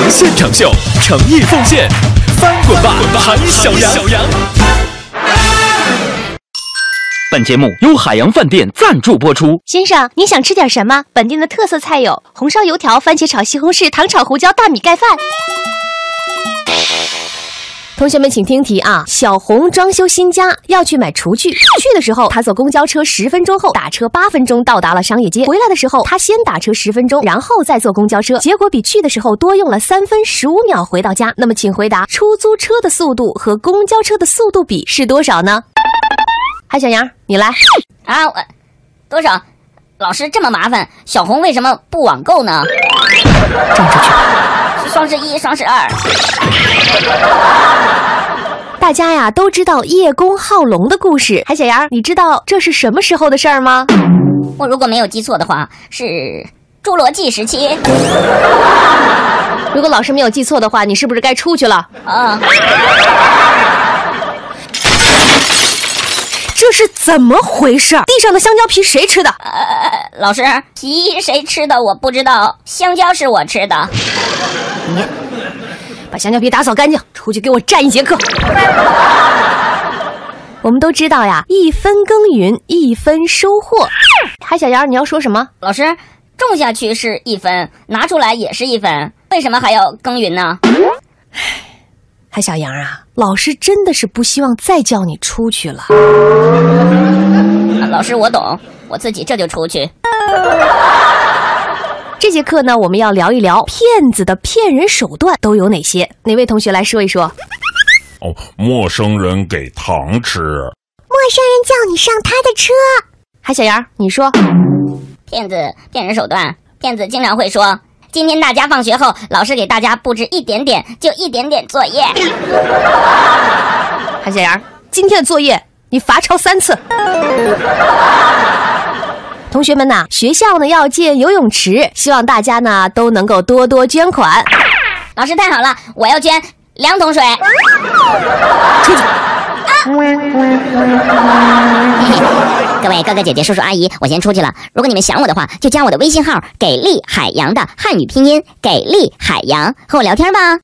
现场秀，诚意奉献，翻滚吧，韩小羊！本节目由海洋饭店赞助播出。 先生，你想吃点什么？本店的特色菜有红烧油条、番茄炒西红柿、糖炒胡椒、大米盖饭。同学们请听题啊！小红装修新家，要去买厨具。去的时候，她坐公交车10分钟后，打车8分钟到达了商业街。回来的时候，她先打车10分钟，然后再坐公交车，结果比去的时候多用了3分15秒回到家。那么，请回答出租车的速度和公交车的速度比是多少呢？嗨，小杨，你来啊！多少？老师这么麻烦，小红为什么不网购呢？ 站出去。 双11、双12。 大家呀都知道叶公好龙的故事。海小杨，你知道这是什么时候的事儿吗？ 我如果没有记错的话，是侏罗纪时期。 如果老师没有记错的话，你是不是该出去了？ 啊！ 这是怎么回事？地上的香蕉皮谁吃的？ 老师，皮谁吃的我不知道，香蕉是我吃的。 你把香蕉皮打扫干净，出去给我站1节课。我们都知道呀，1分耕耘1分收获。海小杨，你要说什么？ 老师，种下去是1分，拿出来也是1分，为什么还要耕耘呢？ 海小杨啊，老师真的是不希望再叫你出去了。 老师，我懂，我自己这就出去。 这节课呢，我们要聊一聊骗子的骗人手段都有哪些？哪位同学来说一说？ 陌生人给糖吃， 陌生人叫你上他的车。 海小杨，你说。 骗子骗人手段，骗子经常会说，今天大家放学后，老师给大家布置一点点，就一点点作业。 海小杨，今天的作业你罚抄3次。同学们呐，学校呢要建游泳池，希望大家呢都能够多多捐款。 老师太好了，我要捐2桶水。 出去。 各位哥哥姐姐叔叔阿姨，我先出去了。如果你们想我的话，就加我的微信号给力海洋的汉语拼音给力海洋，和我聊天吧。